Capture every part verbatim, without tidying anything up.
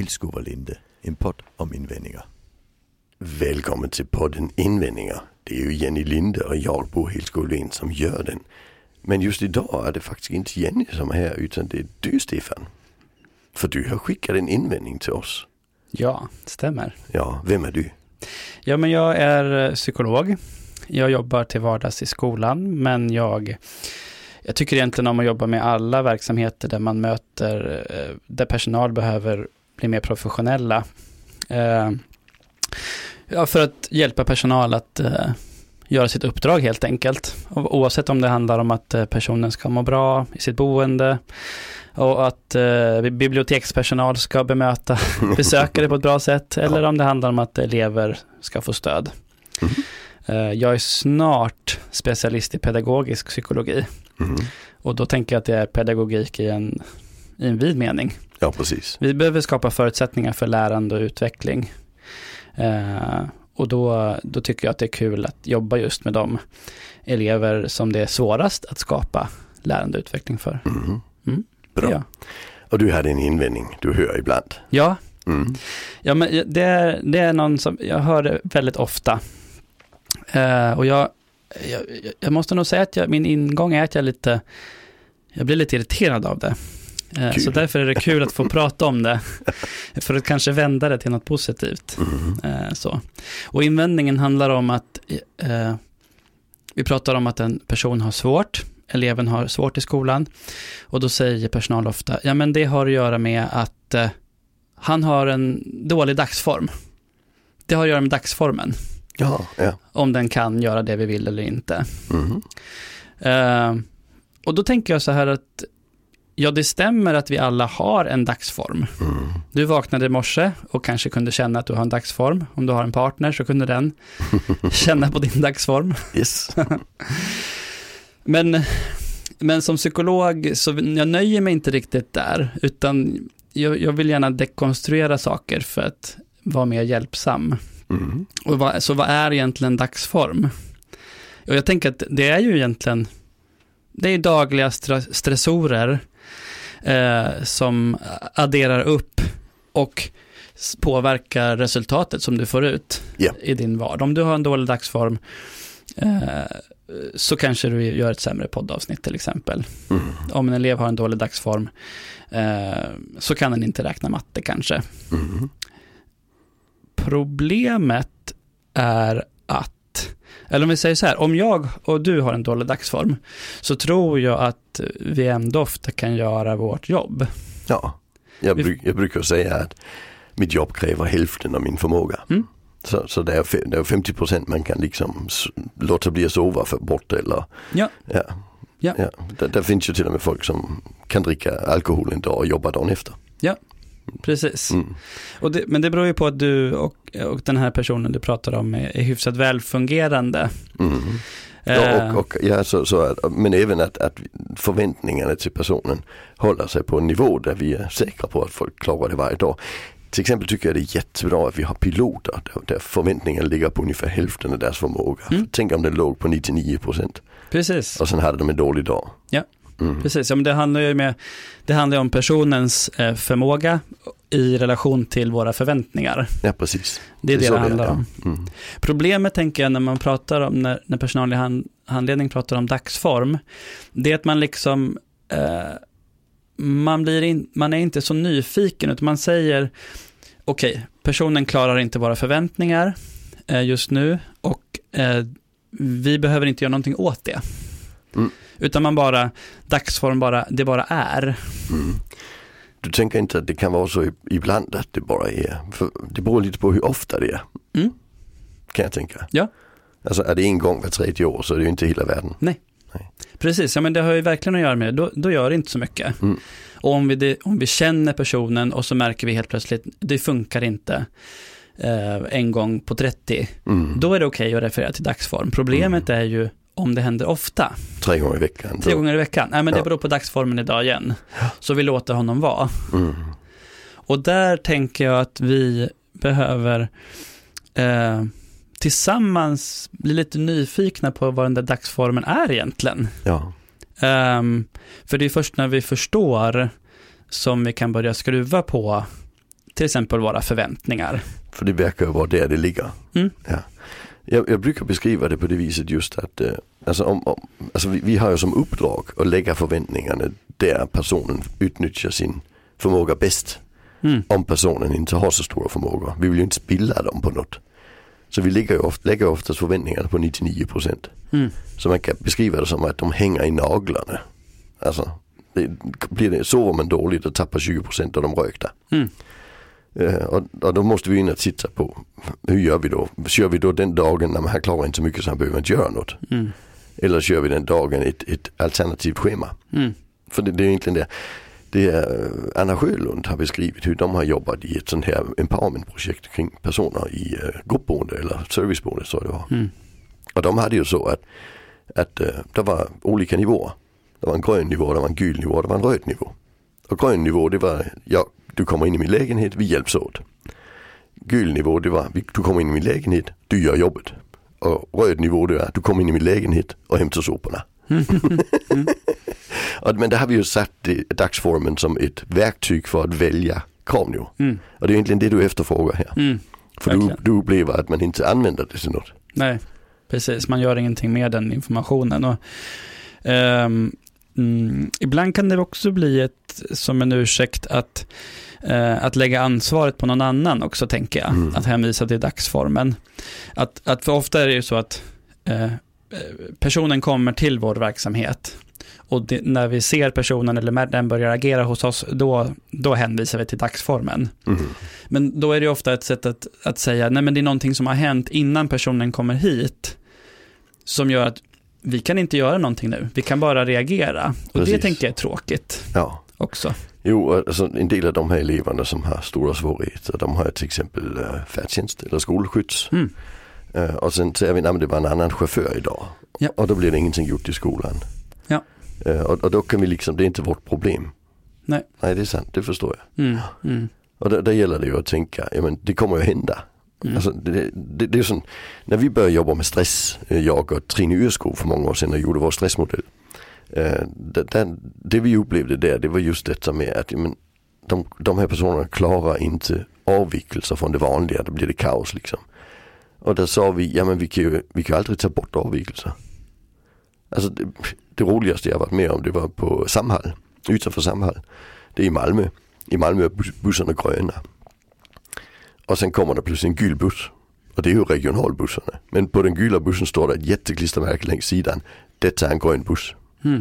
Hillskov och Linde, en podd om invändningar. Välkommen till podden Invändningar. Det är ju Jenny Linde och jag, Bo Hillskov som gör den. Men just idag är det faktiskt inte Jenny som är här, utan det är du, Stefan. För du har skickat en invändning till oss. Ja, stämmer. Ja, vem är du? Ja, men jag är psykolog. Jag jobbar till vardags i skolan, men jag, jag tycker egentligen om att jobba med alla verksamheter där man möter, där personal behöver bli mer professionella. Ja, för att hjälpa personal att göra sitt uppdrag helt enkelt. Oavsett om det handlar om att personen ska må bra i sitt boende och att eh, bibliotekspersonal ska bemöta besökare på ett bra sätt, eller om det handlar om att elever ska få stöd. Mm. Eh, jag är snart specialist i pedagogisk psykologi. Mm. Och då tänker jag att det är pedagogik i en, i en vid mening. Ja, precis. Vi behöver skapa förutsättningar för lärande och utveckling. Eh, och då, då tycker jag att det är kul att jobba just med de elever som det är svårast att skapa lärande och utveckling för. Mm. Mm. Bra. Ja. Och du hade en invändning, du hör ibland. Ja, mm. ja men det är, det är någon som jag hör det väldigt ofta. Uh, och jag, jag, jag måste nog säga att jag, min ingång är att jag, lite, jag blir lite irriterad av det. Uh, så därför är det kul att få prata om det. För att kanske vända det till något positivt. Mm. Uh, så. Och invändningen handlar om att uh, vi pratar om att en person har svårt. Eleven har svårt i skolan, och då säger personal ofta, ja men det har att göra med att eh, han har en dålig dagsform. Det har att göra med dagsformen. Ja, ja. Om den kan göra det vi vill eller inte. Mm. Eh, och då tänker jag så här att ja, det stämmer att vi alla har en dagsform. Mm. Du vaknade i morse och kanske kunde känna att du har en dagsform. Om du har en partner så kunde den känna på din dagsform. Yes. Men, men som psykolog så jag nöjer mig inte riktigt där, utan jag, jag vill gärna dekonstruera saker för att vara mer hjälpsam. Mm. Och vad, så vad är egentligen dagsform? Och jag tänker att det är ju egentligen det är dagliga stre- stressorer eh, som adderar upp och påverkar resultatet som du får ut yeah. i din vardag. Om du har en dålig dagsform eh, så kanske du gör ett sämre poddavsnitt till exempel. Mm. Om en elev har en dålig dagsform eh, så kan den inte räkna matte kanske. Mm. Problemet är att, eller om vi säger så här, om jag och du har en dålig dagsform så tror jag att vi ändå ofta kan göra vårt jobb. Ja, jag, bru- jag brukar säga att mitt jobb kräver hälften av min förmåga. Mm. Så, så det, är, det är femtio procent man kan liksom låta bli att sova för bort eller ja. Ja. Ja. Ja. Där, där finns ju till och med folk som kan dricka alkohol en dag och jobba dagen efter. Ja, precis. Mm. Och det, men det beror ju på att du och, och den här personen du pratar om är, är hyfsat välfungerande. Mm. Ja, och, och, ja, så, så, men även att, att förväntningarna till personen håller sig på en nivå där vi är säkra på att folk klarar det varje dag. Till exempel tycker jag det är jättebra att vi har piloter där förväntningarna ligger på ungefär hälften av deras förmåga. Mm. Tänk om det låg på nittionio procent. Precis. Och sen hade de en dålig dag. Ja, mm. precis. Ja, men det handlar ju med, det handlar om personens eh, förmåga i relation till våra förväntningar. Ja, precis. Det är det det, det handlar det, ja. om. Mm. Problemet tänker jag när man pratar om, när, när personal i hand, handledning pratar om dagsform, det är att man liksom eh, Man, blir in, man är inte så nyfiken, utan man säger okej, okay, personen klarar inte våra förväntningar eh, just nu och eh, vi behöver inte göra någonting åt det. Mm. Utan man bara, dagsform bara, det bara är. Mm. Du tänker inte att det kan vara så ibland att det bara är, för det beror lite på hur ofta det är. Mm. Kan jag tänka. Ja. Alltså är det en gång var tredje år så är det ju inte hela världen. Nej. Nej. Precis, ja, men det har ju verkligen att göra med det. Då, då gör det inte så mycket. Mm. Och om vi, det, om vi känner personen och så märker vi helt plötsligt det funkar inte eh, en gång på trettio, mm. då är det okej att referera till dagsform. Problemet mm. är ju om det händer ofta. Tre gånger i veckan. Tre gånger i veckan. Nej, men ja. Det beror på dagsformen idag igen. Så vi låter honom vara. Mm. Och där tänker jag att vi behöver eh, tillsammans bli lite nyfikna på vad den där dagsformen är egentligen. Ja. Um, för det är först när vi förstår som vi kan börja skruva på till exempel våra förväntningar. För det verkar ju vara där det ligger. Mm. Ja. Jag, jag brukar beskriva det på det viset just att eh, alltså om, om, alltså vi, vi har ju som uppdrag att lägga förväntningarna där personen utnyttjar sin förmåga bäst. Mm. Om personen inte har så stora förmågor. Vi vill ju inte spilla dem på något. Så vi lägger ju ofta, lägger oftast förväntningarna på nittionio procent. Mm. Så man kan beskriva det som att de hänger i naglarna. Alltså, det, blir det, sover man dåligt och tappar tjugo procent av de rökta. Mm. Uh, och, och då måste vi in att titta på hur gör vi då? Kör vi då den dagen när man här klarar inte så mycket så han behöver inte göra något? Mm. Eller kör vi den dagen ett, ett alternativt schema? Mm. För det, det är egentligen det. Det är Anna Sjölund har beskrivit hur de har jobbat i ett sånt här empowerment-projekt kring personer i uh, gruppboende eller serviceboende så det var. Mm. Och de hade ju så att, att uh, det var olika nivåer. Det var en grön nivå, det var en gul nivå, det var en röd nivå. Och grön nivå det var, ja, du kommer in i min lägenhet, vi hjälps åt. Gul nivå det var, du kommer in i min lägenhet, du gör jobbet. Och röd nivå det var, du kommer in i min lägenhet och hämtar soporna. Mm. Mm. och, men det har vi ju satt i dagsformen som ett verktyg för att välja kravnivå. Mm. Och det är egentligen det du efterfrågar här. Mm. För du, du upplever att man inte använder det till något. Nej, precis. Man gör ingenting med den informationen. Och, um, mm, ibland kan det också bli ett, som en ursäkt att, uh, att lägga ansvaret på någon annan också, tänker jag. Mm. Att hänvisa till dagsformen. Att, att för ofta är det ju så att uh, personen kommer till vår verksamhet. Och det, när vi ser personen eller när den börjar agera hos oss, då, då hänvisar vi till dagsformen. Mm. Men då är det ofta ett sätt att, att säga, nej men det är någonting som har hänt innan personen kommer hit som gör att vi kan inte göra någonting nu. Vi kan bara reagera. Och Precis. Det tänker jag är tråkigt ja. också. Jo, alltså en del av de här eleverna som har stora svårigheter, de har till exempel uh, färdtjänst eller skolskjuts. Mm. Uh, och sen säger vi, nej men det var en annan chaufför idag. Ja. Och då blir det ingenting gjort i skolan. Ja. Uh, och, och då kan vi liksom, det är inte vårt problem. Nej. Nej, det är sant, det förstår jag. Mm. Mm. Och där, där gäller det ju att tänka, ja men det kommer ju att hända. Mm. Alltså, det, det, det är sån, när vi började jobba med stress, jag och Trine Yrskog för många år sedan och gjorde vår stressmodell. Uh, det, det, det vi upplevde där, det var just detta med att men, de, de här personerna klarar inte avvikelser från det vanliga, då blir det kaos liksom. Och där sa vi, ja men vi kan ju, vi kan ju aldrig ta bort avvikelser. Alltså det, det roligaste jag varit med om, det var på Samhall, utanför Samhall. Det är i Malmö. I Malmö är bussarna gröna. Och sen kommer det plötsligt en gul buss. Och det är ju regionalbussarna. Men på den gula bussen står det ett jätteklistermärke längs sidan. Detta är en grön buss. Mm.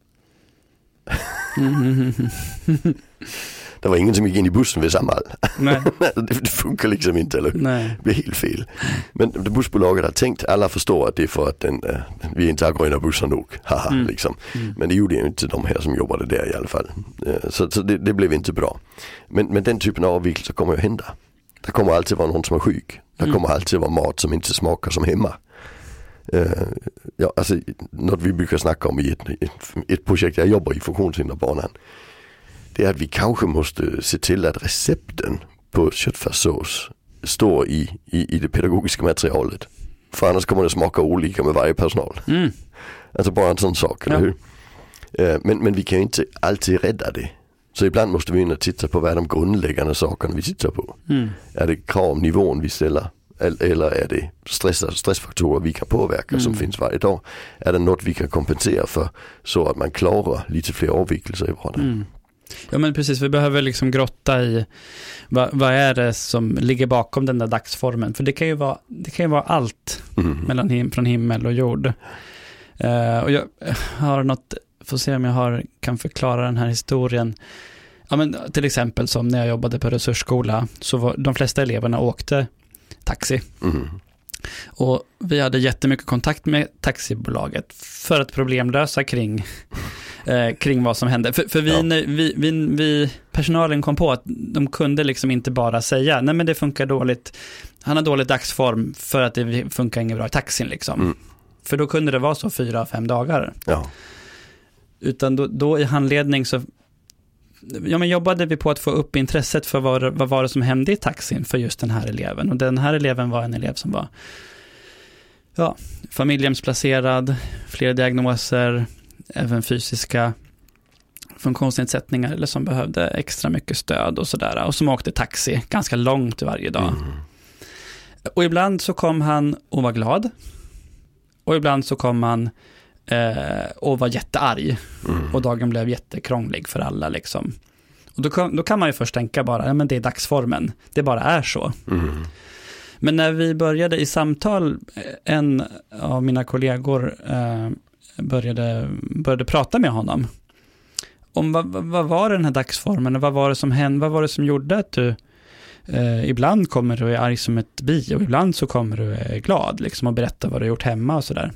Det var ingen som gick in i bussen vid Samhall. Nej. det, det funkar liksom inte, eller Nej. Det blir helt fel. Men det bussbolaget har tänkt, alla förstår att det är för att den, äh, vi inte har gröna bussar nog. Haha, mm. liksom. Mm. Men det gjorde ju inte de här som jobbade där i alla fall. Uh, så så det, det blev inte bra. Men, men den typen av avvikelser kommer ju hända. Det kommer alltid vara någon som är sjuk. Det mm. kommer alltid vara mat som inte smakar som hemma. Uh, ja, alltså, något vi brukar snacka om i ett, ett, ett projekt jag jobbar i, funktionshinderbanan. Det är att vi kanske måste se till att recepten på köttfärssås står i, i, i det pedagogiska materialet. För annars kommer det smaka olika med varje personal. Mm. Alltså bara en sån sak, eller ja. hur? Eh, men, men vi kan ju inte alltid rädda det. Så ibland måste vi in och titta på vad är de grundläggande sakerna vi tittar på. Mm. Är det kravnivån vi ställer? Eller är det stress, stressfaktorer vi kan påverka mm. som finns varje dag? Är det något vi kan kompensera för så att man klarar lite fler avvikelser i vardagen? Mm. Ja men precis, vi behöver liksom grotta i vad, vad är det som ligger bakom den där dagsformen. För det kan ju vara, det kan ju vara allt mm. mellan him, från himmel och jord. Uh, och jag har något, får se om jag har, kan förklara den här historien. Ja men till exempel som när jag jobbade på resursskola så var de flesta eleverna åkte taxi. Mm. Och vi hade jättemycket kontakt med taxibolaget för att problemlösa kring eh, kring vad som hände. För, för vi, ja. när, vi, vi, vi, personalen kom på att de kunde liksom inte bara säga nej men det funkar dåligt. Han har dålig dagsform för att det funkar inget bra i taxin liksom. Mm. För då kunde det vara så fyra, fem dagar. Ja. Utan då, då i handledning så ja, men jobbade vi på att få upp intresset för vad, vad var det som hände i taxin för just den här eleven. Och den här eleven var en elev som var ja, familjehemsplacerad, flera diagnoser, även fysiska funktionsnedsättningar eller som behövde extra mycket stöd och sådär. Och som åkte taxi ganska långt varje dag. Mm. Och ibland så kom han och var glad. Och ibland så kom han eh, och var jättearg. Mm. Och dagen blev jättekrånglig för alla liksom. Och då kan, då kan man ju först tänka bara, ja men det är dagsformen. Det bara är så. Mm. Men när vi började i samtal, en av mina kollegor eh, började, började prata med honom om vad, vad var den här dagsformen och vad var det som hände, vad var det som gjorde att du eh, ibland kommer du och är arg som ett bi och ibland så kommer du och är glad liksom, och berättar vad du har gjort hemma och sådär.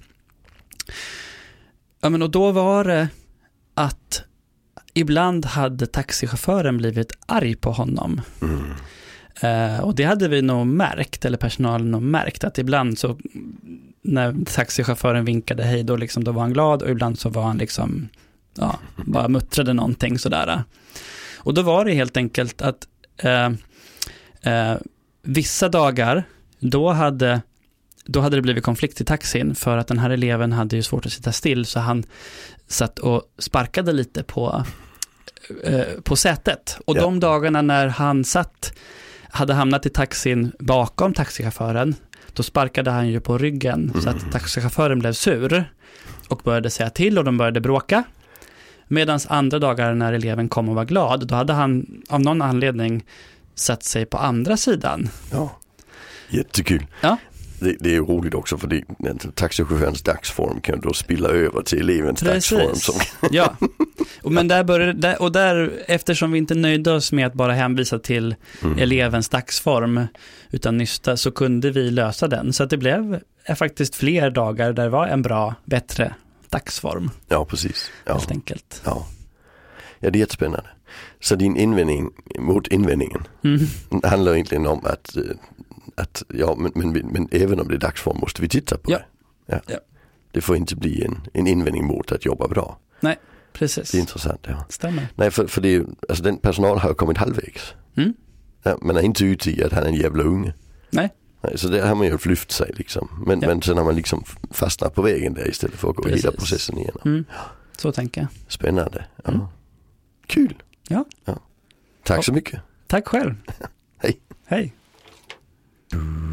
Ja, men och då var det att ibland hade taxichauffören blivit arg på honom. Mm. Uh, och det hade vi nog märkt, eller personalen nog märkt, att ibland så när taxichauffören vinkade hej då, liksom, då var han glad och ibland så var han liksom ja, bara muttrade någonting sådär. Och då var det helt enkelt att uh, uh, vissa dagar då hade, då hade det blivit konflikt i taxin för att den här eleven hade ju svårt att sitta still så han satt och sparkade lite på, uh, på sätet. Och ja. De dagarna när han satt hade hamnat i taxin bakom taxichauffören, då sparkade han ju på ryggen mm. så att taxichauffören blev sur och började säga till och de började bråka. Medan andra dagar när eleven kom och var glad, då hade han av någon anledning satt sig på andra sidan. Ja, jättekul. Ja. Det, det är ju roligt också för det, taxichaufförens dagsform kan då spilla över till elevens Precis. dagsform. Som... ja, och, men där började, där, och där, eftersom vi inte nöjde oss med att bara hänvisa till mm. elevens dagsform utan nysta, så kunde vi lösa den. Så att det blev faktiskt fler dagar där det var en bra, bättre dagsform. Ja, precis. Ja. Helt enkelt. Ja. Ja, det är jättespännande. Så din invändning mot invändningen mm. handlar egentligen om att att ja, men, men, men även om det är dagsform måste vi titta på ja. det. Ja. Ja. Det får inte bli en, en invändning mot att jobba bra. Nej, precis. Det är intressant, ja. Stämmer. Nej, för, för det är, alltså den personal har kommit halvvägs. Mm. Ja, man är inte ute i att han är en jävla unge. Nej. Nej, så där har man ju lyft sig liksom. Men, ja. men sen har man liksom fastnat på vägen där istället för att gå precis. hela processen igen. Mm. Så tänker jag. Spännande. Ja. Mm. Kul. Ja. ja. Tack så mycket. Tack själv. Hej. Hej.